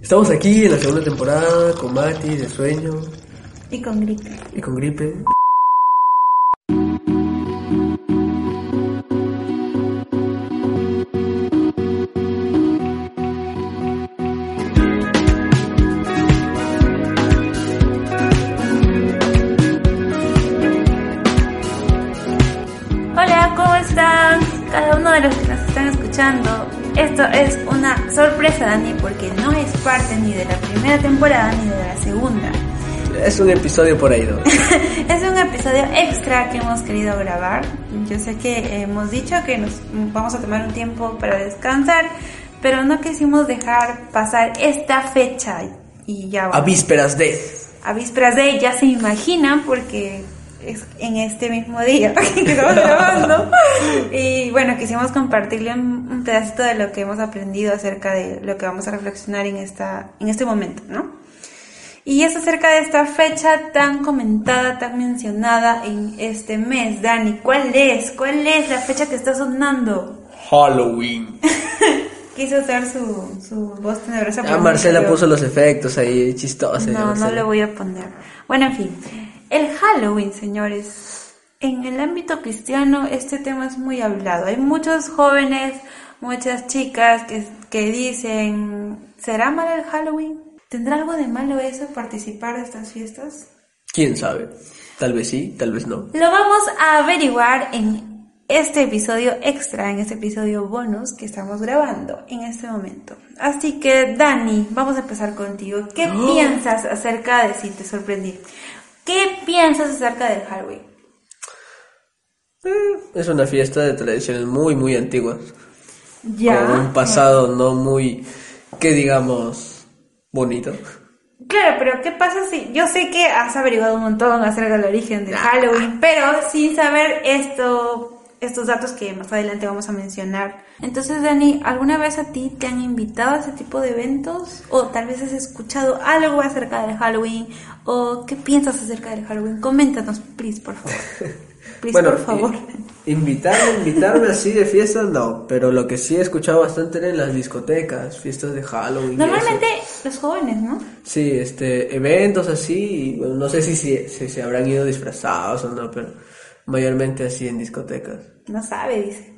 Estamos aquí en la segunda temporada con Mati de sueño. Y con gripe. Y con gripe. Hola, ¿cómo están? Cada uno de los que nos están escuchando. Esto es una sorpresa, Dani, porque no es parte ni de la primera temporada ni de la segunda. Es un episodio por ahí, ¿no? Es un episodio extra que hemos querido grabar. Yo sé que hemos dicho que nos vamos a tomar un tiempo para descansar, pero no quisimos dejar pasar esta fecha y ya va. A vísperas de, Ya se imaginan, porque es en este mismo día que estamos grabando. Y bueno, quisimos compartirle un pedacito de lo que hemos aprendido acerca de lo que vamos a reflexionar en este momento, ¿no? Y es acerca de esta fecha tan comentada, tan mencionada en este mes. Dani, ¿cuál es? ¿Cuál es la fecha que está sonando? Halloween. Quiso usar su voz tenebrosa. Marcela puso los efectos ahí, chistosos. No le voy a poner. Bueno, en fin. El Halloween, señores. En el ámbito cristiano este tema es muy hablado. Hay muchos jóvenes, muchas chicas que dicen, ¿será malo el Halloween? ¿Tendrá algo de malo eso, participar de estas fiestas? ¿Quién sabe? Tal vez sí, tal vez no. Lo vamos a averiguar en este episodio extra, en este episodio bonus que estamos grabando en este momento. Así que, Dani, vamos a empezar contigo. ¿Qué piensas acerca de, si te sorprendí, qué piensas acerca del Halloween? Es una fiesta de tradiciones muy, muy antiguas. Ya. Con un pasado no muy, que digamos, bonito. Claro, pero ¿qué pasa si... Yo sé que has averiguado un montón acerca del origen del Halloween, pero sin saber estos datos que más adelante vamos a mencionar. Entonces, Dani, ¿alguna vez a ti te han invitado a ese tipo de eventos? ¿O tal vez has escuchado algo acerca del Halloween? ¿O qué piensas acerca del Halloween? Coméntanos, please, por favor. Please, bueno, por favor. Invitarme así de fiestas no, pero lo que sí he escuchado bastante era en las discotecas, fiestas de Halloween. Normalmente los jóvenes, ¿no? Sí, eventos así, bueno, no sé si se habrán ido disfrazados o no, pero mayormente así en discotecas. No sabe, dice.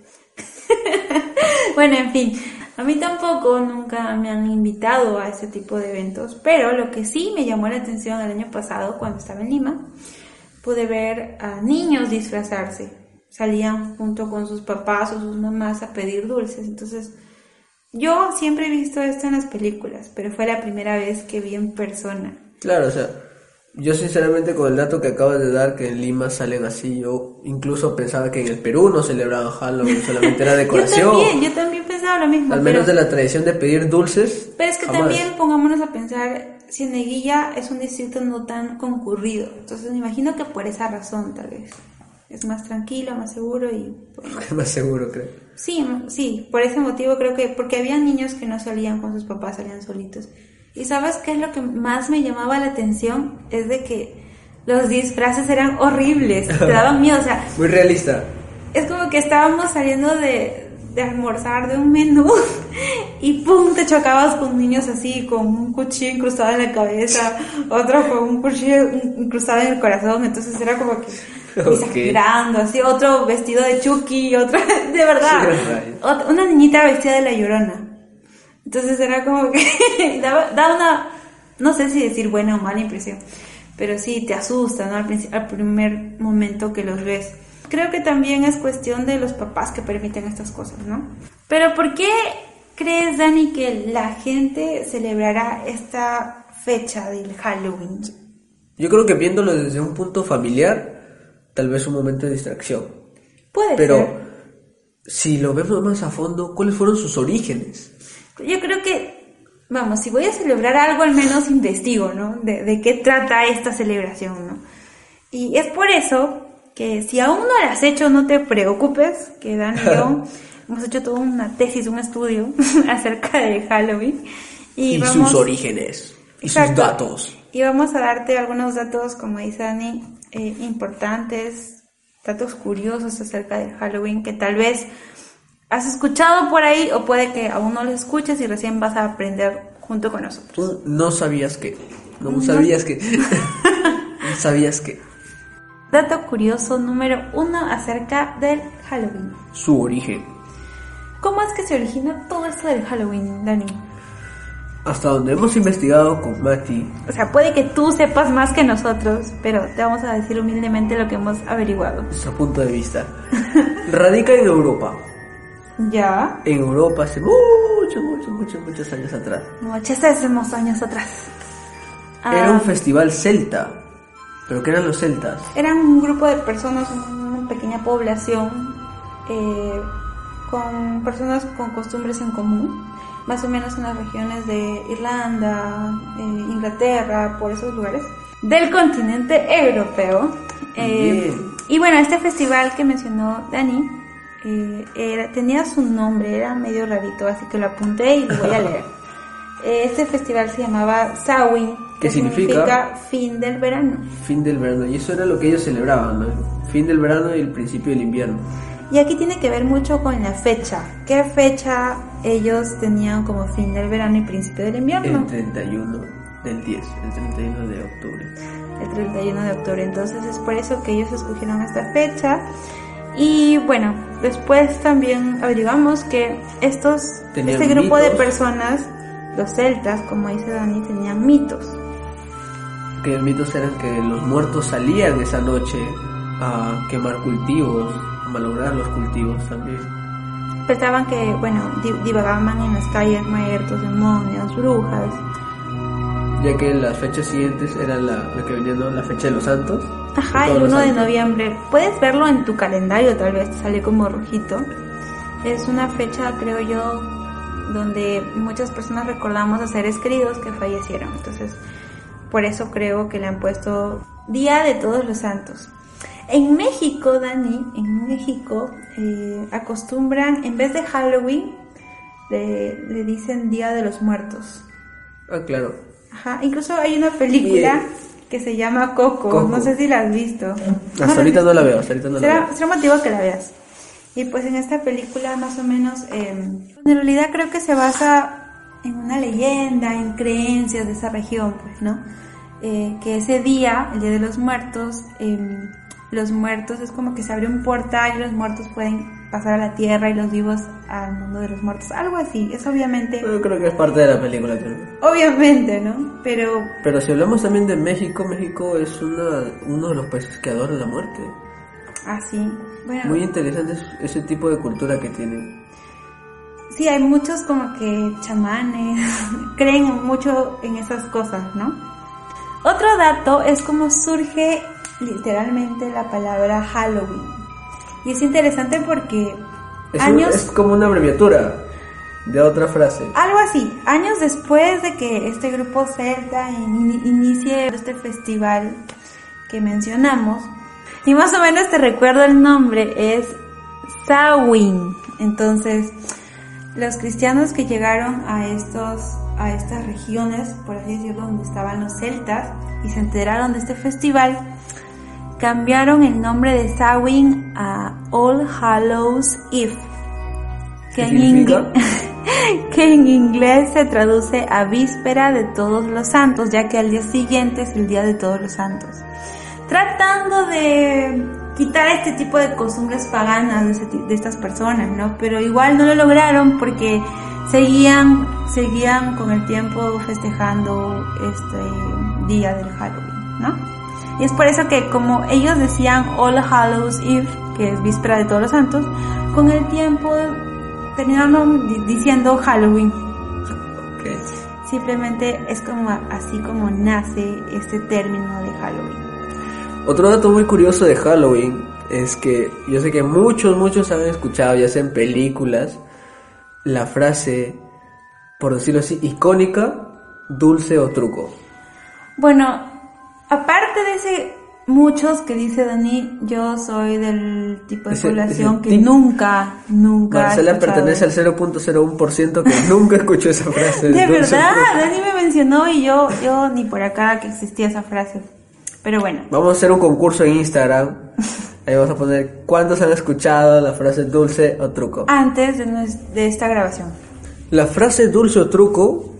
Bueno, en fin, a mí tampoco nunca me han invitado a ese tipo de eventos, pero lo que sí me llamó la atención el año pasado, cuando estaba en Lima, pude ver a niños disfrazarse. Salían junto con sus papás o sus mamás a pedir dulces. Entonces, yo siempre he visto esto en las películas, pero fue la primera vez que vi en persona. Claro, o sea, yo sinceramente con el dato que acabas de dar, que en Lima salen así, yo incluso pensaba que en el Perú no celebraban Halloween, solamente era decoración. Yo también pensaba lo mismo. Al menos de la tradición de pedir dulces. Pero es que jamás. También pongámonos a pensar, Cieneguilla es un distrito no tan concurrido, entonces me imagino que por esa razón tal vez. Es más tranquilo, más seguro y... Pues, más seguro, creo. Sí, por ese motivo creo que... Porque había niños que no salían con sus papás, salían solitos. Y ¿sabes qué es lo que más me llamaba la atención? Es de que los disfraces eran horribles, te daban miedo, o sea... Muy realista. Es como que estábamos saliendo de almorzar de un menú y ¡pum! Te chocabas con niños así, con un cuchillo incrustado en la cabeza, otro con un cuchillo incrustado en el corazón, entonces era como que exagerando, así, otro vestido de Chucky, otro, de verdad, una niñita vestida de La Llorona. Entonces era como que da una, no sé si decir buena o mala impresión, pero sí te asusta, ¿no? Al primer momento que los ves. Creo que también es cuestión de los papás que permiten estas cosas, ¿no? Pero ¿por qué crees, Dani, que la gente celebrará esta fecha del Halloween? Yo creo que viéndolo desde un punto familiar, tal vez un momento de distracción. Puede Pero ser. Si lo vemos más a fondo, ¿cuáles fueron sus orígenes? Yo creo que, vamos, si voy a celebrar algo, al menos investigo, ¿no? De qué trata esta celebración, ¿no? Y es por eso que si aún no lo has hecho, no te preocupes, que Dan y yo hemos hecho toda una tesis, un estudio acerca de Halloween. Y sus orígenes, y Exacto. sus datos. Y vamos a darte algunos datos, como dice Dani, importantes, datos curiosos acerca del Halloween, que tal vez has escuchado por ahí, o puede que aún no los escuches y recién vas a aprender junto con nosotros. No sabías que. No sabías que. No sabías que. Dato curioso número 1 acerca del Halloween. Su origen. ¿Cómo es que se origina todo esto del Halloween, Dani? Hasta donde hemos investigado con Mati. O sea, puede que tú sepas más que nosotros, pero te vamos a decir humildemente lo que hemos averiguado. Su punto de vista. Radica en Europa. ¿Ya? En Europa hace muchos años atrás. Muchísimos años atrás. Era un festival celta. ¿Pero qué eran los celtas? Eran un grupo de personas, una pequeña población, con personas con costumbres en común, más o menos en las regiones de Irlanda, Inglaterra, por esos lugares, del continente europeo. Y bueno, este festival que mencionó Dani, tenía su nombre, era medio rarito, así que lo apunté y lo voy a leer. Este festival se llamaba Samhain, que significa fin del verano. Fin del verano, y eso era lo que ellos celebraban, ¿no? Fin del verano y el principio del invierno. Y aquí tiene que ver mucho con la fecha. ¿Qué fecha ellos tenían como fin del verano y principio del invierno? El 31 del 10, el 31 de octubre. El 31 de octubre, entonces es por eso que ellos escogieron esta fecha. Y bueno, después también averiguamos que este grupo de personas, los celtas, como dice Dani, tenían mitos. Que los mitos eran que los muertos salían esa noche a quemar cultivos, a malograr los cultivos también. Pensaban que, bueno, divagaban en las calles muertos, demonios, brujas. Ya que las fechas siguientes eran la que venía, ¿no? La fecha de los santos. Ajá, el 1 de noviembre. Puedes verlo en tu calendario, tal vez te sale como rojito. Es una fecha, creo yo, donde muchas personas recordamos a seres queridos que fallecieron. Entonces, por eso creo que le han puesto Día de Todos los Santos. En México, Dani, acostumbran, en vez de Halloween, le dicen Día de los Muertos. Ah, claro. Ajá, incluso hay una película que se llama Coco, no sé si la has visto. Hasta ahorita no la veo, será motivo que la veas. Y pues en esta película más o menos, en realidad creo que se basa en una leyenda, en creencias de esa región, pues, ¿no? Que ese día, el Día de los Muertos es como que se abre un portal y los muertos pueden pasar a la tierra y los vivos al mundo de los muertos, algo así. Es obviamente... Yo creo que es parte de la película también. Obviamente, ¿no? Pero si hablamos también de México, México es uno de los países que adoran la muerte. Ah, sí. Bueno, muy interesante ese tipo de cultura que tienen. Sí, hay muchos como que chamanes, creen mucho en esas cosas, ¿no? Otro dato es cómo surge literalmente la palabra Halloween. Y es interesante porque es como una abreviatura de otra frase. Algo así, años después de que este grupo celta inicie este festival que mencionamos, y más o menos te recuerdo el nombre, es Samhain. Entonces, los cristianos que llegaron a estas regiones, por así decirlo, donde estaban los celtas, y se enteraron de este festival, cambiaron el nombre de Samhain a All Hallows Eve, que en inglés se traduce a Víspera de Todos los Santos, ya que al día siguiente es el Día de Todos los Santos, tratando de quitar este tipo de costumbres paganas de estas personas, ¿no? Pero igual no lo lograron porque seguían con el tiempo festejando este día del Halloween, ¿no? Y es por eso que como ellos decían All Hallows Eve, que es Víspera de Todos los Santos, con el tiempo terminaron diciendo Halloween. Okay. Simplemente es como así como nace este término de Halloween. Otro dato muy curioso de Halloween es que yo sé que muchos han escuchado, ya sea en películas, la frase, por decirlo así, icónica, dulce o truco. Bueno, aparte de ese muchos que dice Dani, yo soy del tipo de población que nunca Marcela pertenece al 0.01% que nunca escuchó esa frase. De verdad, Dani me mencionó y yo ni por acá que existía esa frase. Pero bueno. Vamos a hacer un concurso en Instagram. Ahí vamos a poner cuántos han escuchado la frase dulce o truco. Antes de esta grabación. La frase dulce o truco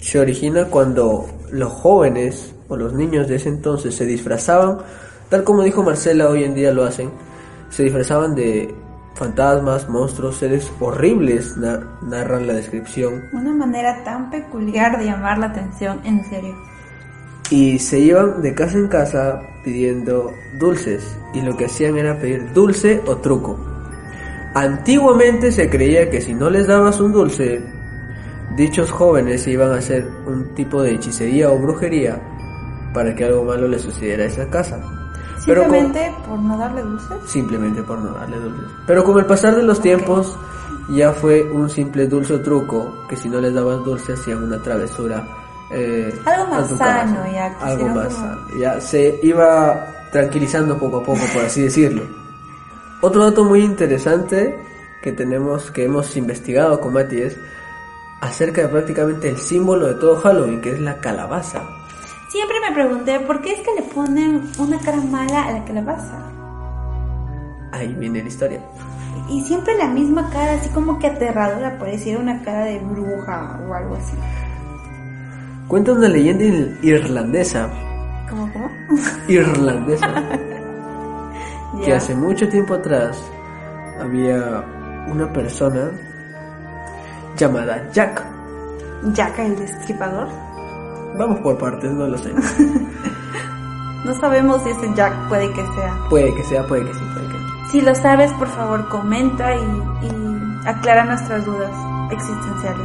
se origina cuando los jóvenes o los niños de ese entonces se disfrazaban, tal como dijo Marcela, hoy en día lo hacen, se disfrazaban de fantasmas, monstruos, seres horribles, narran la descripción. Una manera tan peculiar de llamar la atención, en serio. Y se iban de casa en casa pidiendo dulces, y lo que hacían era pedir dulce o truco. Antiguamente se creía que si no les dabas un dulce, dichos jóvenes se iban a hacer un tipo de hechicería o brujería para que algo malo le sucediera a esa casa. ¿Simplemente por no darle dulces? Simplemente por no darle dulces. Pero con el pasar de los tiempos, ya fue un simple dulce o truco, que si no les dabas dulces hacían una travesura. Algo más sano ya. Algo más sano. Ya se iba tranquilizando poco a poco, por así decirlo. Otro dato muy interesante que tenemos, que hemos investigado con Mati, es acerca de prácticamente el símbolo de todo Halloween, que es la calabaza. Siempre me pregunté por qué es que le ponen una cara mala a la calabaza. Ahí viene la historia. Y siempre la misma cara, así como que aterradora, pareciera una cara de bruja o algo así. Cuenta una leyenda irlandesa. ¿Cómo? Irlandesa. Que Ya. hace mucho tiempo atrás había una persona llamada Jack. Jack el Destripador. Vamos por partes, no lo sé. No sabemos si ese Jack puede que sea. Puede que sea, puede que sí, puede que no. Si lo sabes, por favor, comenta y aclara nuestras dudas existenciales.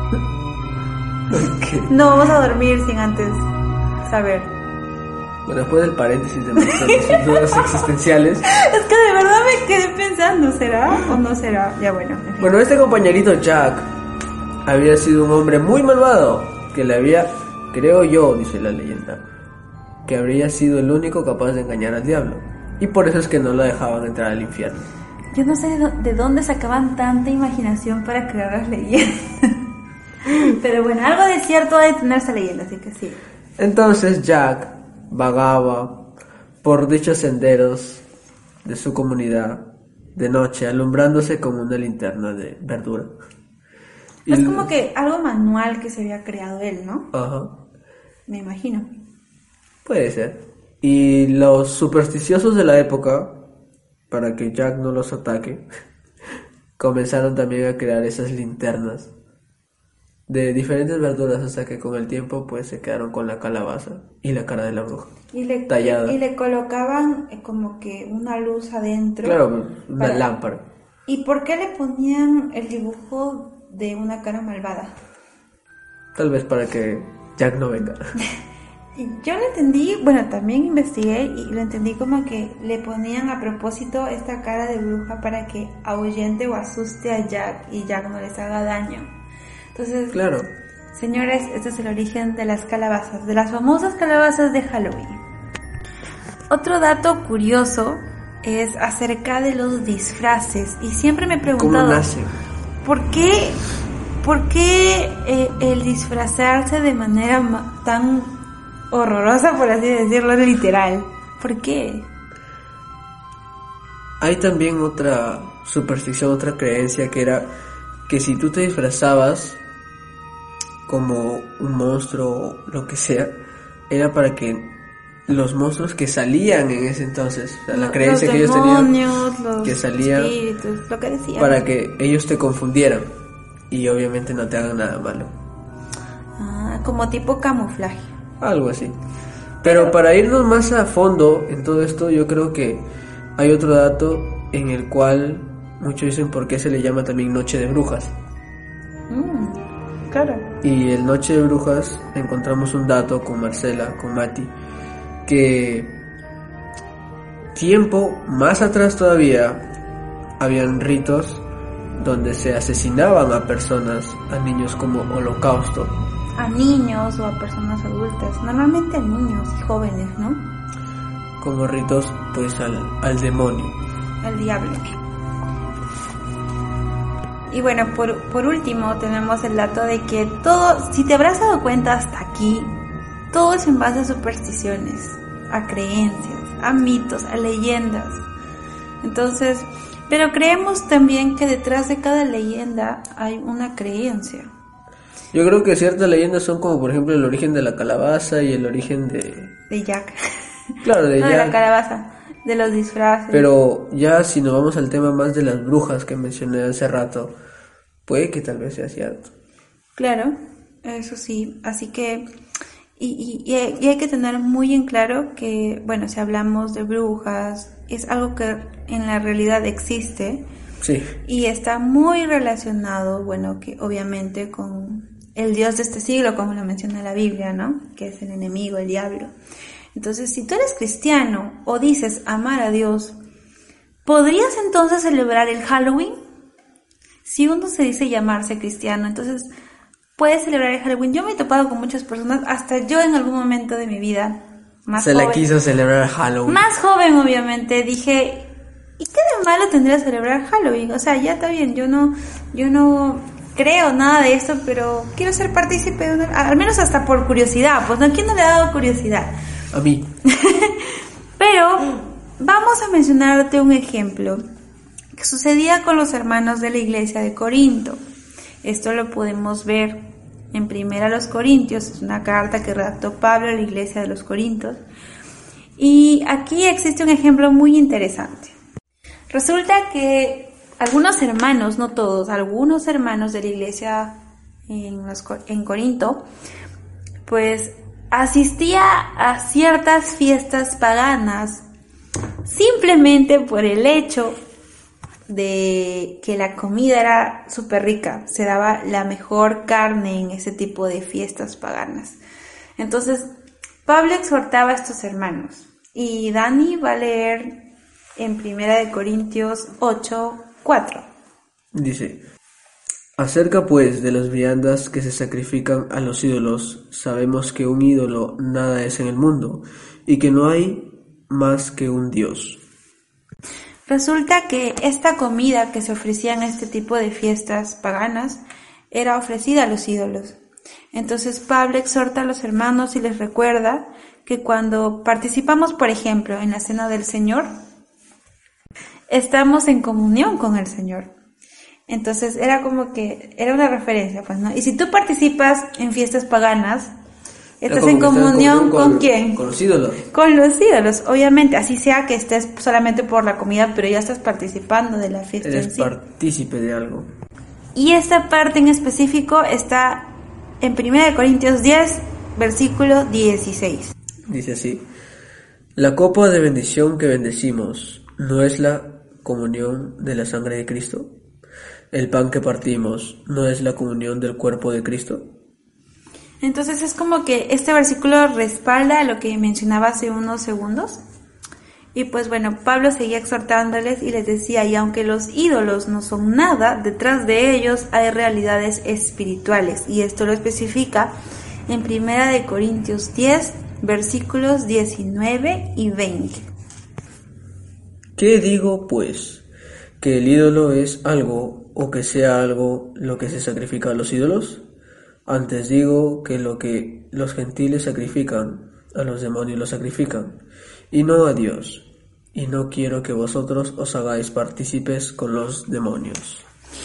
Okay. No vamos a dormir sin antes saber. Bueno, después del paréntesis de nuestras dudas existenciales. Es que de verdad me quedé pensando, ¿será o no será? Ya bueno, en fin. Bueno, este compañerito Jack había sido un hombre muy malvado, que le había, creo yo, dice la leyenda, que habría sido el único capaz de engañar al diablo. Y por eso es que no lo dejaban entrar al infierno. Yo no sé de dónde sacaban tanta imaginación para crear las leyendas. Pero bueno, algo de cierto ha de tener esa leyenda, así que sí. Entonces Jack vagaba por dichos senderos de su comunidad de noche, alumbrándose con una linterna de verdura. Es como que algo manual que se había creado él, ¿no? Ajá. Me imagino. Puede ser. Y los supersticiosos de la época, para que Jack no los ataque, comenzaron también a crear esas linternas de diferentes verduras, hasta que con el tiempo pues se quedaron con la calabaza y la cara de la bruja tallada. Y le colocaban como que una luz adentro. Claro, una lámpara. ¿Y por qué le ponían el dibujo de una cara malvada? Tal vez para que Jack no venga. Yo lo entendí, bueno, también investigué y lo entendí como que le ponían a propósito esta cara de bruja para que ahuyente o asuste a Jack y Jack no les haga daño. Entonces, Claro. señores, este es el origen de las calabazas, de las famosas calabazas de Halloween. Otro dato curioso es acerca de los disfraces, y siempre me he preguntado, ¿Cómo nace? ¿por qué el disfrazarse de manera tan horrorosa, por así decirlo, literal? ¿Por qué? Hay también otra superstición, otra creencia, que era que si tú te disfrazabas como un monstruo o lo que sea, era para que los monstruos que salían en ese entonces, o sea, la creencia que ellos tenían, los que salían espíritus, lo que decían, para que ellos te confundieran y obviamente no te hagan nada malo. como tipo camuflaje. Algo así. Pero para irnos más a fondo en todo esto, yo creo que hay otro dato en el cual muchos dicen por qué se le llama también Noche de Brujas. Claro. Y el Noche de Brujas encontramos un dato con Marcela, con Mati, que tiempo más atrás todavía habían ritos donde se asesinaban a personas, a niños, como holocausto. A niños o a personas adultas, normalmente a niños y jóvenes, ¿no? Como ritos pues al demonio. Al diablo. Y bueno, por último tenemos el dato de que todo, si te habrás dado cuenta hasta aquí, todo es en base a supersticiones, a creencias, a mitos, a leyendas. Entonces, pero creemos también que detrás de cada leyenda hay una creencia. Yo creo que ciertas leyendas son como, por ejemplo, el origen de la calabaza y el origen De Jack. Claro, de No, Jack. de la calabaza, de los disfraces. Pero ya si nos vamos al tema más de las brujas que mencioné hace rato, puede que tal vez sea cierto. Claro, eso sí. Así que... Y hay que tener muy en claro que, bueno, si hablamos de brujas, es algo que en la realidad existe. Sí. Y está muy relacionado, bueno, que obviamente con el Dios de este siglo, como lo menciona la Biblia, ¿no? Que es el enemigo, el diablo. Entonces, si tú eres cristiano o dices amar a Dios, ¿podrías entonces celebrar el Halloween? Si uno se dice llamarse cristiano, entonces puedes celebrar el Halloween. Yo me he topado con muchas personas, hasta yo en algún momento de mi vida, más Se joven, la quiso celebrar Halloween. más joven obviamente, dije, ¿y qué de malo tendría celebrar Halloween? O sea, ya está bien, yo no creo nada de esto, pero quiero ser partícipe, al menos hasta por curiosidad, pues, ¿no? ¿Quién no le ha dado curiosidad? A mí. Pero vamos a mencionarte un ejemplo que sucedía con los hermanos de la iglesia de Corinto. Esto lo podemos ver en Primera a los Corintios, es una carta que redactó Pablo a la iglesia de los Corintios. Y aquí existe un ejemplo muy interesante. Resulta que algunos hermanos, no todos, algunos hermanos de la iglesia en Corinto, pues asistía a ciertas fiestas paganas simplemente por el hecho de que la comida era súper rica, se daba la mejor carne en ese tipo de fiestas paganas. Entonces, Pablo exhortaba a estos hermanos y Dani va a leer en 1 Corintios 8:4. Dice: acerca pues de las viandas que se sacrifican a los ídolos, sabemos que un ídolo nada es en el mundo, y que no hay más que un Dios. Resulta que esta comida que se ofrecía en este tipo de fiestas paganas era ofrecida a los ídolos. Entonces Pablo exhorta a los hermanos y les recuerda que cuando participamos, por ejemplo, en la cena del Señor, estamos en comunión con el Señor. Entonces era como que, era una referencia, pues, ¿no? Y si tú participas en fiestas paganas, estás en comunión con ¿quién? Con los ídolos. Con los ídolos, obviamente, así sea que estés solamente por la comida, pero ya estás participando de la fiesta en Eres sí. partícipe de algo. Y esta parte en específico está en 1 Corintios 10, versículo 16. Dice así: la copa de bendición que bendecimos, ¿no es la comunión de la sangre de Cristo? ¿El pan que partimos no es la comunión del cuerpo de Cristo? Entonces es como que este versículo respalda lo que mencionaba hace unos segundos. Y pues bueno, Pablo seguía exhortándoles y les decía, y aunque los ídolos no son nada, detrás de ellos hay realidades espirituales. Y esto lo especifica en 1 Corintios 10, versículos 19 y 20. ¿Qué digo, pues? ¿Que el ídolo es algo o que sea algo lo que se sacrifica a los ídolos? Antes digo que lo que los gentiles sacrifican, a los demonios lo sacrifican, y no a Dios. Y no quiero que vosotros os hagáis partícipes con los demonios.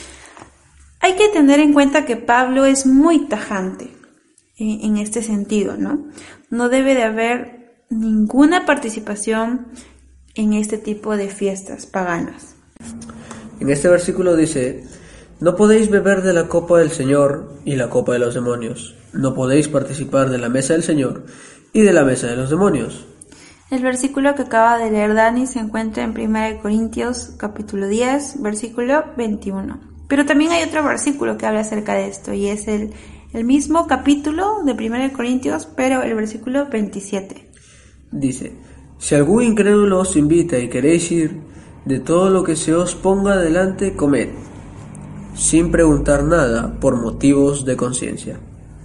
Hay que tener en cuenta que Pablo es muy tajante en este sentido, ¿no? No debe de haber ninguna participación en este tipo de fiestas paganas. En este versículo dice: no podéis beber de la copa del Señor y la copa de los demonios. No podéis participar de la mesa del Señor y de la mesa de los demonios. El versículo que acaba de leer Dani se encuentra en 1 Corintios capítulo 10, versículo 21. Pero también hay otro versículo que habla acerca de esto y es el mismo capítulo de 1 Corintios, pero el versículo 27. Dice: si algún incrédulo os invita y queréis ir, de todo lo que se os ponga delante comed, sin preguntar nada por motivos de conciencia.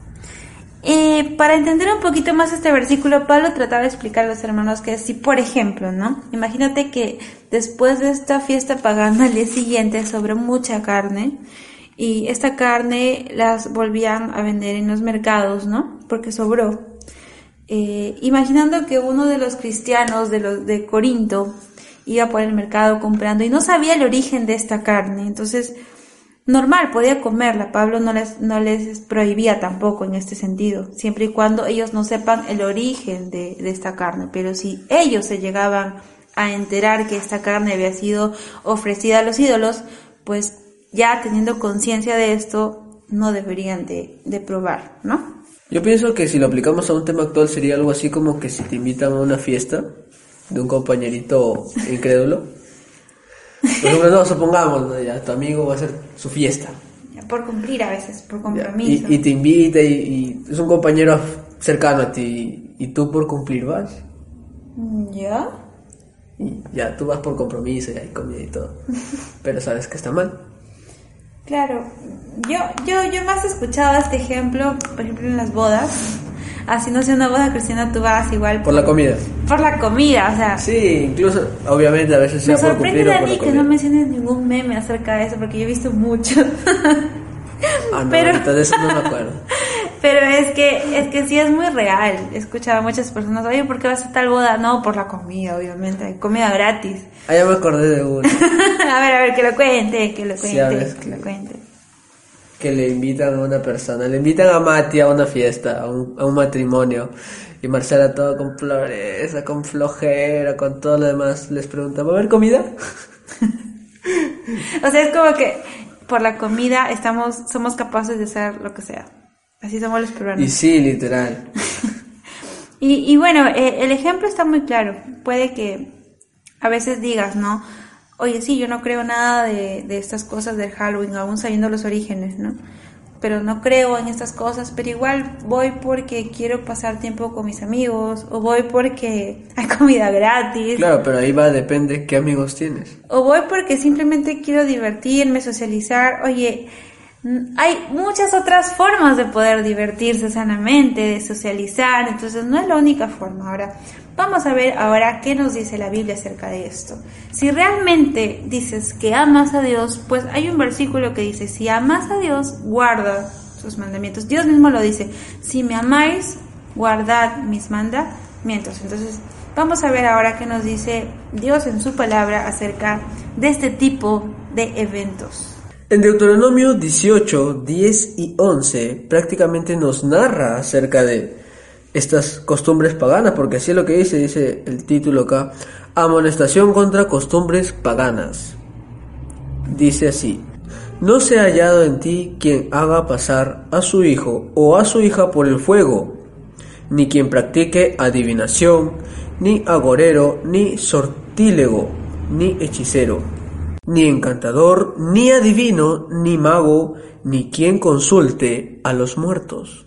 Para entender un poquito más este versículo, Pablo trataba de explicar a los hermanos que si, por ejemplo, ¿no? Imagínate que después de esta fiesta pagana, al día siguiente sobró mucha carne y esta carne las volvían a vender en los mercados, ¿no? Porque sobró. Imaginando que uno de los cristianos de Corinto iba por el mercado comprando y no sabía el origen de esta carne, entonces normal, podía comerla. Pablo no les prohibía tampoco en este sentido, siempre y cuando ellos no sepan el origen de esta carne. Pero si ellos se llegaban a enterar que esta carne había sido ofrecida a los ídolos, pues ya teniendo conciencia de esto, no deberían de probar, ¿no? Yo pienso que si lo aplicamos a un tema actual sería algo así como que si te invitan a una fiesta de un compañerito incrédulo. Por ejemplo, no, supongamos, ¿no? Ya tu amigo va a hacer su fiesta. Por cumplir a veces, por compromiso. Y te invita y es un compañero cercano a ti y tú por cumplir vas. ¿Ya? Y ya, tú vas por compromiso y hay comida y todo. Pero sabes que está mal. Claro, yo más he escuchado este ejemplo, por ejemplo en las bodas. Así no sea una boda cristiana, tú vas igual por la comida. Por la comida, o sea. Sí, incluso, obviamente a veces sea por cumplir o por la comida. Me sorprende, Dani, que no menciones ningún meme acerca de eso, porque yo he visto muchos. No, pero de eso no me acuerdo. Pero es que sí es muy real. He escuchado a muchas personas, oye, ¿por qué vas a tal boda? No, por la comida, obviamente, hay comida gratis. Ah, ya me acordé de uno. a ver, que lo cuente. Sí, que lo cuente. Que le invitan a una persona, le invitan a Mati a una fiesta, a un matrimonio, y Marcela todo con floreza, con flojera, con todo lo demás, les pregunta, ¿va a haber comida? O sea, es como que por la comida somos capaces de hacer lo que sea. Así somos los peruanos. Y sí, literal. y bueno, el ejemplo está muy claro. Puede que a veces digas, ¿no? Oye, sí, yo no creo nada de estas cosas del Halloween, aún sabiendo los orígenes, ¿no? Pero no creo en estas cosas, pero igual voy porque quiero pasar tiempo con mis amigos, o voy porque hay comida gratis. Claro, pero ahí depende qué amigos tienes. O voy porque simplemente quiero divertirme, socializar. Oye, hay muchas otras formas de poder divertirse sanamente, de socializar, entonces no es la única forma. Ahora, vamos a ver ahora qué nos dice la Biblia acerca de esto. Si realmente dices que amas a Dios, pues hay un versículo que dice, si amas a Dios, guarda sus mandamientos. Dios mismo lo dice, si me amáis, guardad mis mandamientos. Entonces, vamos a ver ahora qué nos dice Dios en su palabra acerca de este tipo de eventos. En Deuteronomio 18, 10 y 11 prácticamente nos narra acerca de estas costumbres paganas, porque así es lo que dice el título acá, amonestación contra costumbres paganas. Dice así, no se ha hallado en ti quien haga pasar a su hijo o a su hija por el fuego, ni quien practique adivinación, ni agorero, ni sortílego, ni hechicero, ni encantador, ni adivino, ni mago, ni quien consulte a los muertos.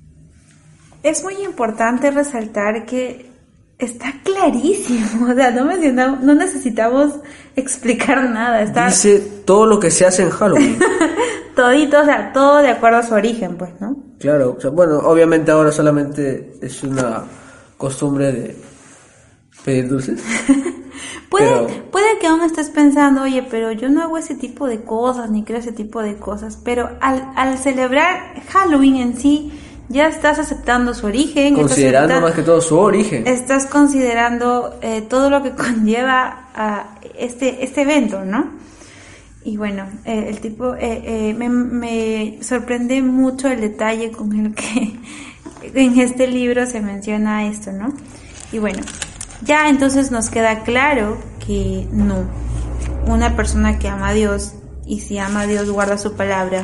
Es muy importante resaltar que está clarísimo, o sea, no necesitamos explicar nada. Dice todo lo que se hace en Halloween. Todito, o sea, todo de acuerdo a su origen, pues, ¿no? Claro, o sea, bueno, obviamente ahora solamente es una costumbre de pedir dulces. Puede que aún estés pensando, oye, pero yo no hago ese tipo de cosas, ni creo ese tipo de cosas, pero al celebrar Halloween en sí, ya estás aceptando su origen. Considerando más que todo su origen. Estás considerando todo lo que conlleva a este evento, ¿no? Y bueno, el tipo, me sorprende mucho el detalle con el que en este libro se menciona esto, ¿no? Y bueno, ya entonces nos queda claro que no, una persona que ama a Dios, y si ama a Dios guarda su palabra,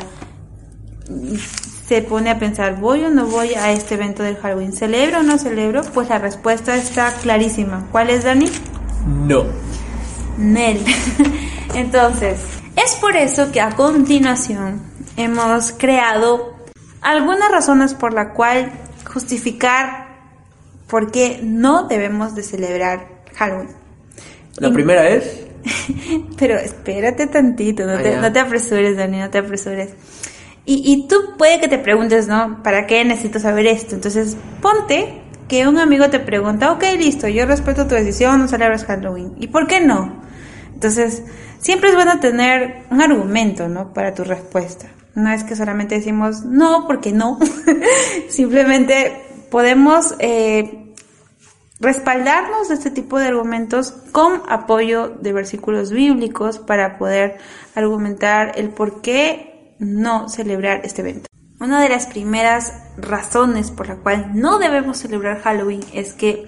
se pone a pensar, ¿voy o no voy a este evento del Halloween? ¿Celebro o no celebro? Pues la respuesta está clarísima. ¿Cuál es, Dani? No. Nel. Entonces, es por eso que a continuación hemos creado algunas razones por la cual justificar por qué no debemos de celebrar Halloween. La primera es... Pero espérate tantito, no te apresures, Dani, no te apresures. Y tú puede que te preguntes, ¿no? ¿Para qué necesito saber esto? Entonces, ponte que un amigo te pregunta, ok, listo, yo respeto tu decisión, no celebras Halloween. ¿Y por qué no? Entonces, siempre es bueno tener un argumento, ¿no? Para tu respuesta. No es que solamente decimos, no, porque no. Simplemente podemos respaldarnos de este tipo de argumentos con apoyo de versículos bíblicos para poder argumentar el por qué no celebrar este evento. Una de las primeras razones por la cual no debemos celebrar Halloween es que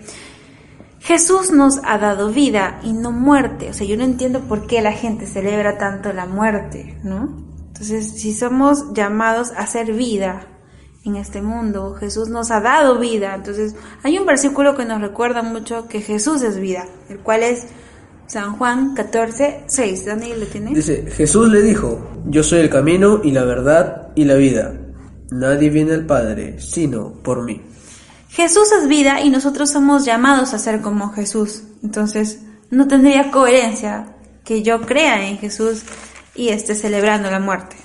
Jesús nos ha dado vida y no muerte. O sea, yo no entiendo por qué la gente celebra tanto la muerte, ¿no? Entonces, si somos llamados a hacer vida en este mundo, Jesús nos ha dado vida. Entonces, hay un versículo que nos recuerda mucho que Jesús es vida, el cual es San Juan 14:6. ¿Daniel lo tiene? Dice, Jesús le dijo, yo soy el camino y la verdad y la vida. Nadie viene al Padre, sino por mí. Jesús es vida y nosotros somos llamados a ser como Jesús. Entonces, no tendría coherencia que yo crea en Jesús y esté celebrando la muerte.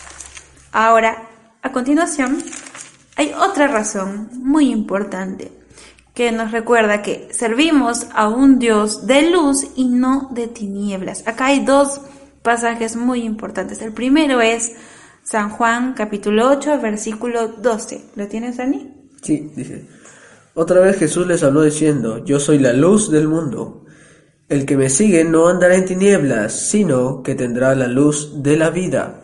Ahora, a continuación, hay otra razón muy importante que nos recuerda que servimos a un Dios de luz y no de tinieblas. Acá hay dos pasajes muy importantes. El primero es San Juan capítulo 8, versículo 12. ¿Lo tienes, Dani? Sí, dice, otra vez Jesús les habló diciendo, yo soy la luz del mundo. El que me sigue no andará en tinieblas, sino que tendrá la luz de la vida.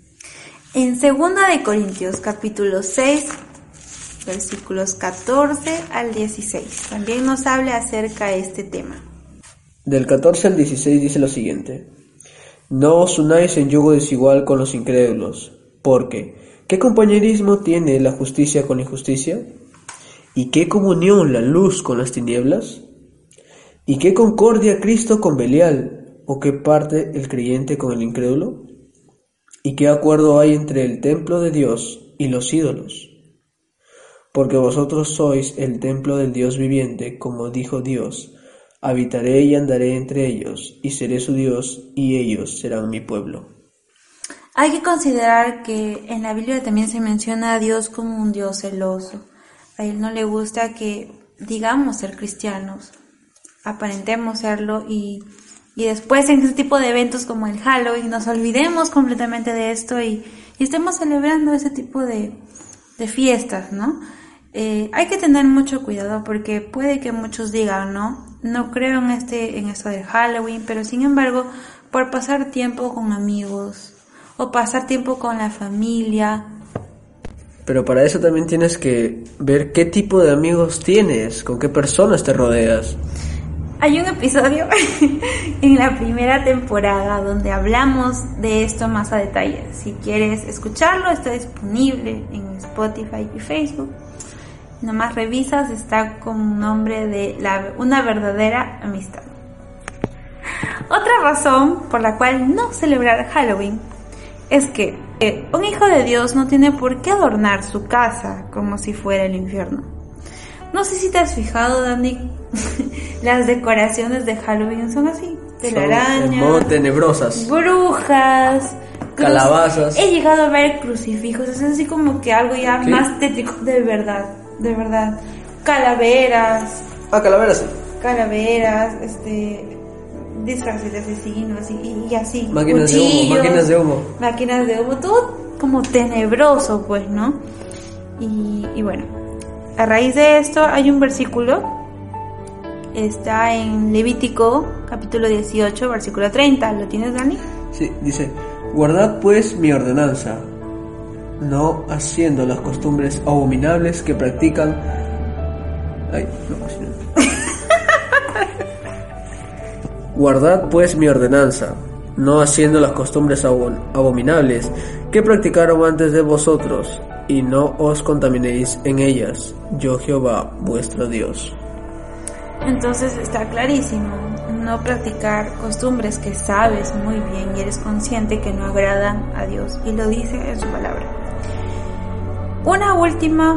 En 2 de Corintios capítulo 6, versículos 14 al 16, también nos habla acerca de este tema. Del 14 al 16 dice lo siguiente, no os unáis en yugo desigual con los incrédulos, porque ¿qué compañerismo tiene la justicia con la injusticia? ¿Y qué comunión la luz con las tinieblas? ¿Y qué concordia Cristo con Belial? ¿O qué parte el creyente con el incrédulo? ¿Y qué acuerdo hay entre el templo de Dios y los ídolos? Porque vosotros sois el templo del Dios viviente, como dijo Dios, habitaré y andaré entre ellos, y seré su Dios, y ellos serán mi pueblo. Hay que considerar que en la Biblia también se menciona a Dios como un Dios celoso. A Él no le gusta que digamos ser cristianos, aparentemos serlo y después en este tipo de eventos como el Halloween nos olvidemos completamente de esto y estemos celebrando ese tipo de fiestas, ¿no? Hay que tener mucho cuidado porque puede que muchos digan, no creo en esto del Halloween, pero sin embargo, por pasar tiempo con amigos o pasar tiempo con la familia. Pero para eso también tienes que ver qué tipo de amigos tienes, con qué personas te rodeas. Hay un episodio en la primera temporada donde hablamos de esto más a detalle. Si quieres escucharlo, está disponible en Spotify y Facebook. Nomás revisas, está con nombre de una verdadera amistad. Otra razón por la cual no celebrar Halloween es que un hijo de Dios no tiene por qué adornar su casa como si fuera el infierno. No sé si te has fijado, Dani, las decoraciones de Halloween son así, telarañas, tenebrosas, brujas, calabazas. He llegado a ver crucifijos, es así como que algo ya ¿Sí? más tétrico, de verdad, calaveras. Calaveras sí. Calaveras, disfraces de asesinos y así, máquinas de humo, todo como tenebroso, pues, ¿no? Y bueno, a raíz de esto hay un versículo, está en Levítico capítulo 18, versículo 30, ¿lo tienes, Dani? Sí, dice, guardad pues mi ordenanza, no haciendo las costumbres abominables que practican. Guardad pues mi ordenanza, no haciendo las costumbres abominables que practicaron antes de vosotros, y no os contaminéis en ellas, yo Jehová vuestro Dios. Entonces está clarísimo, no practicar costumbres que sabes muy bien y eres consciente que no agradan a Dios, y lo dice en su palabra. Una última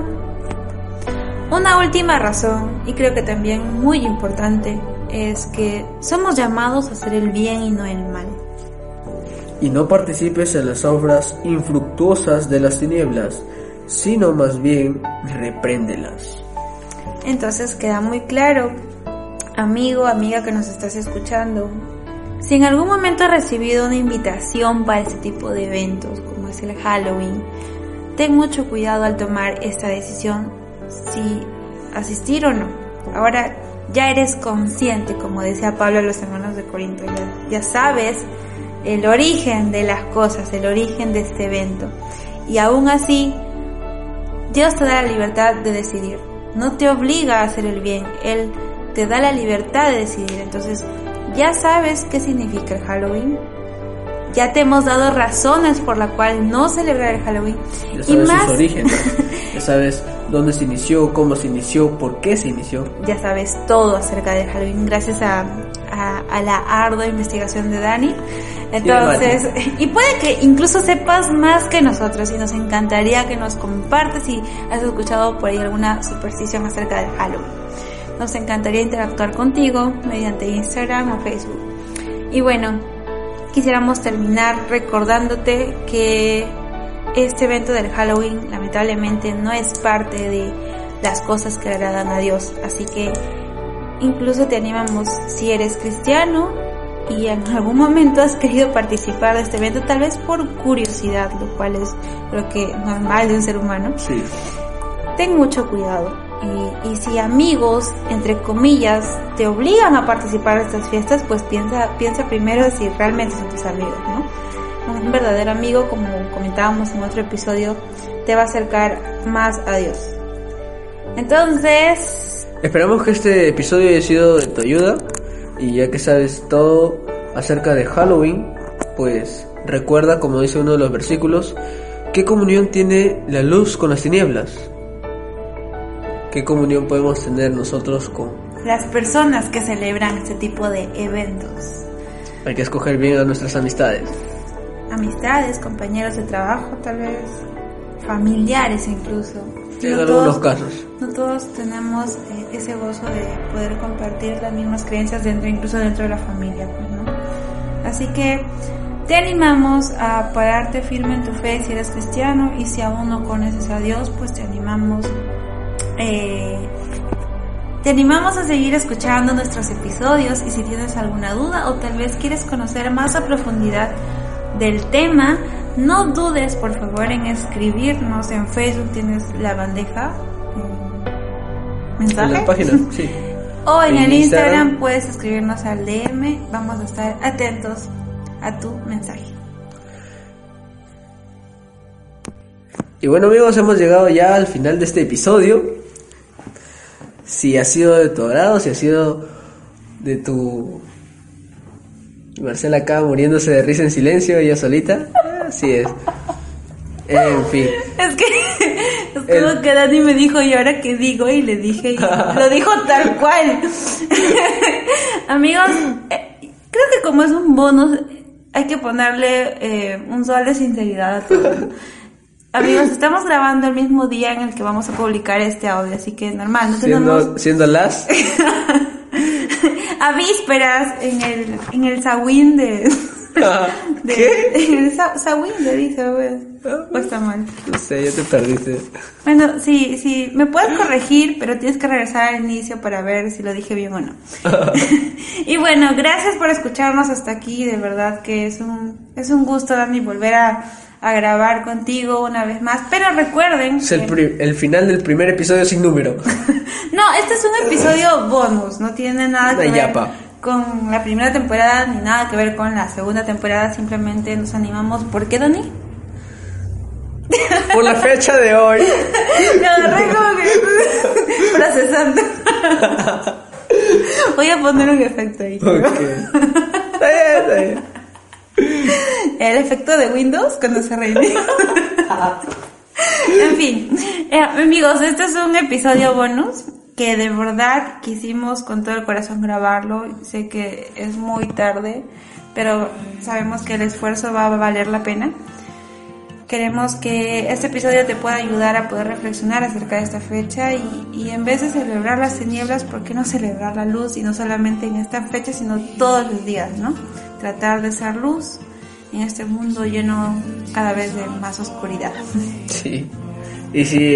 razón, y creo que también muy importante, es que somos llamados a hacer el bien y no el mal. Y no participes en las obras infructuosas de las tinieblas, sino más bien repréndelas. Entonces queda muy claro, amigo, amiga que nos estás escuchando, si en algún momento has recibido una invitación para este tipo de eventos, como es el Halloween, ten mucho cuidado al tomar esta decisión, si asistir o no. Ahora ya eres consciente, como decía Pablo a los hermanos de Corinto, ya sabes el origen de las cosas, el origen de este evento. Y aún así, Dios te da la libertad de decidir. No te obliga a hacer el bien, Él te da la libertad de decidir. Entonces, ya sabes qué significa el Halloween. Ya te hemos dado razones por la cual no celebrar el Halloween. Ya sabes sus orígenes. Ya sabes dónde se inició, cómo se inició, por qué se inició. Ya sabes todo acerca del Halloween gracias a la ardua investigación de Dani. Entonces, y puede que incluso sepas más que nosotros, y nos encantaría que nos compartas si has escuchado por ahí alguna superstición acerca del Halloween. Nos encantaría interactuar contigo mediante Instagram o Facebook. Y bueno, quisiéramos terminar recordándote que este evento del Halloween lamentablemente no es parte de las cosas que agradan a Dios. Así que incluso te animamos, si eres cristiano y en algún momento has querido participar de este evento, tal vez por curiosidad, lo cual es creo que normal de un ser humano. Sí. Ten mucho cuidado. Y si amigos, entre comillas, te obligan a participar de estas fiestas, pues piensa primero si realmente son tus amigos, ¿no? Un verdadero amigo, como comentábamos en otro episodio, te va a acercar más a Dios. Entonces, esperamos que este episodio haya sido de tu ayuda, y ya que sabes todo acerca de Halloween, pues recuerda, como dice uno de los versículos, ¿qué comunión tiene la luz con las tinieblas? ¿Qué comunión podemos tener nosotros con las personas que celebran este tipo de eventos? Hay que escoger bien a nuestras amistades. Amistades, compañeros de trabajo, tal vez, familiares incluso. En algunos casos. No todos tenemos ese gozo de poder compartir las mismas creencias incluso dentro de la familia, pues, ¿no? Así que te animamos a pararte firme en tu fe si eres cristiano, y si aún no conoces a Dios, pues te animamos a seguir escuchando nuestros episodios. Y si tienes alguna duda o tal vez quieres conocer más a profundidad del tema, no dudes por favor en escribirnos. En Facebook tienes la bandeja mensaje en la página, sí. O en el Instagram puedes escribirnos al DM. Vamos a estar atentos a tu mensaje. Y bueno, amigos, hemos llegado ya al final de este episodio. Si ha sido de tu agrado, si ha sido de tu... Marcela acá muriéndose de risa en silencio, ella solita. Así es. En fin. Es como que Dani me dijo, ¿y ahora qué digo? Y le dije, y lo dijo tal cual. Amigos, creo que como es un bonus, hay que ponerle un sol de sinceridad a todo. Amigos, estamos grabando el mismo día en el que vamos a publicar este audio, así que normal, no tenemos... Siendo las... a vísperas en el Sawin de... ¿Qué? En el Sawin le dice, pues. ¿O está mal? No sé, ya te perdiste. Bueno, sí, me puedes corregir, pero tienes que regresar al inicio para ver si lo dije bien o no. Y bueno, gracias por escucharnos hasta aquí, de verdad que es un gusto, Dani, volver a grabar contigo una vez más, pero recuerden es el final del primer episodio sin número. No, este es un episodio bonus, no tiene nada que ver con la primera temporada ni nada que ver con la segunda temporada, simplemente nos animamos. ¿Por qué, Dani? Por la fecha de hoy. Me agarré como que procesando. Voy a poner un efecto ahí. Okay. Está bien. El efecto de Windows cuando se reinicia. En fin, amigos, este es un episodio bonus que de verdad quisimos con todo el corazón grabarlo. Sé que es muy tarde, pero sabemos que el esfuerzo va a valer la pena. Queremos que este episodio te pueda ayudar a poder reflexionar acerca de esta fecha y en vez de celebrar las tinieblas, ¿por qué no celebrar la luz? Y no solamente en esta fecha, sino todos los días, ¿no? Tratar de ser luz en este mundo lleno cada vez de más oscuridad. Sí. Y si...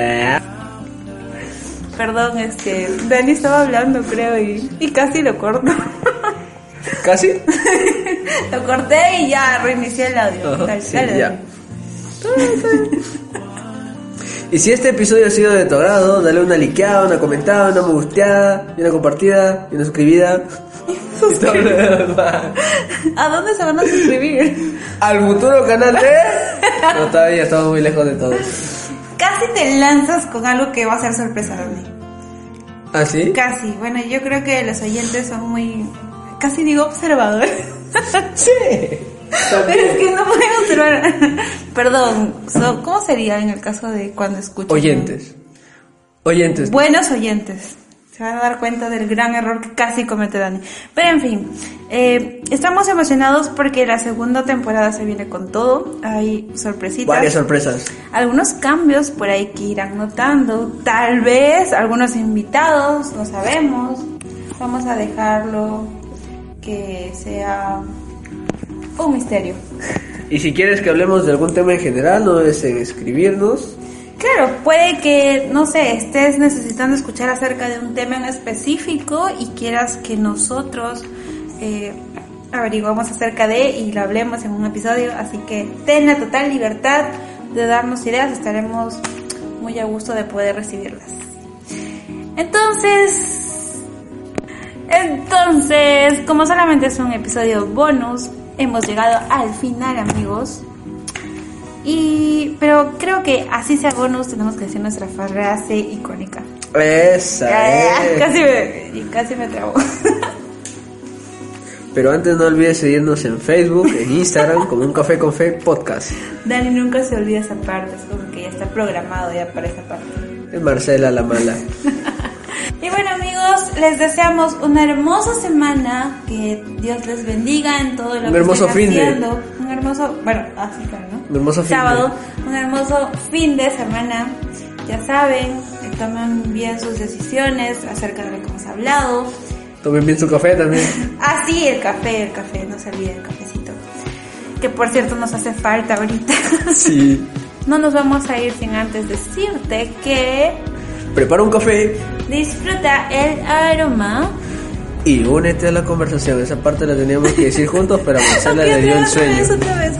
Perdón, Dani estaba hablando, creo, y casi lo corto. ¿Casi? Lo corté y ya reinicié el audio. Sí, ya. Y si este episodio ha sido de tu agrado, dale una likeada, una comentada, una me gusteada, y una compartida, y una suscribida. ¿A dónde se van a suscribir? Al futuro canal de... No, todavía estamos muy lejos de todo. Casi te lanzas con algo que va a ser sorpresa de mí. ¿Ah, sí? Casi. Bueno, yo creo que los oyentes son muy... Casi digo observadores. Sí. Pero es que no pueden observar. Perdón, ¿cómo sería en el caso de cuando escuchan? Oyentes. Buenos oyentes. Se van a dar cuenta del gran error que casi comete Dani. Pero en fin, estamos emocionados porque la segunda temporada se viene con todo. Hay sorpresitas. Varias sorpresas. Algunos cambios por ahí que irán notando. Tal vez algunos invitados, no sabemos. Vamos a dejarlo que sea un misterio. Y si quieres que hablemos de algún tema en general, no dudes en escribirnos. Claro, puede que, no sé, estés necesitando escuchar acerca de un tema en específico y quieras que nosotros averiguemos acerca de y lo hablemos en un episodio, así que ten la total libertad de darnos ideas, estaremos muy a gusto de poder recibirlas. Entonces, como solamente es un episodio bonus, hemos llegado al final, amigos. Pero creo que así sea bonus, tenemos que decir nuestra frase icónica. Esa es. Casi me trabo. Pero antes no olvides seguirnos en Facebook, en Instagram, como Un Café con Fe Podcast. Dani nunca se olvida esa parte, es como que ya está programado ya para esa parte. Es Marcela la mala. Y bueno, amigos, les deseamos una hermosa semana, que Dios les bendiga en todo lo que estén haciendo. Un hermoso, bueno, así claro, ¿no? Un hermoso sábado, un hermoso fin de semana. Ya saben, que tomen bien sus decisiones acerca de lo que hemos hablado. Tomen bien su café también. Ah, sí, el café, no se olviden el cafecito. Que por cierto nos hace falta ahorita. Sí. No nos vamos a ir sin antes decirte que... Prepara un café. Disfruta el aroma. Y únete a la conversación. Esa parte la teníamos que decir juntos, pero a Marcela le dio el sueño. Otra vez.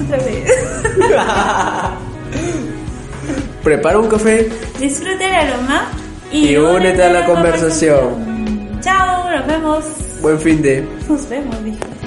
Prepara un café. Disfruta el aroma. Y únete a la conversación. Chao, nos vemos. Buen fin de. Nos vemos, dije.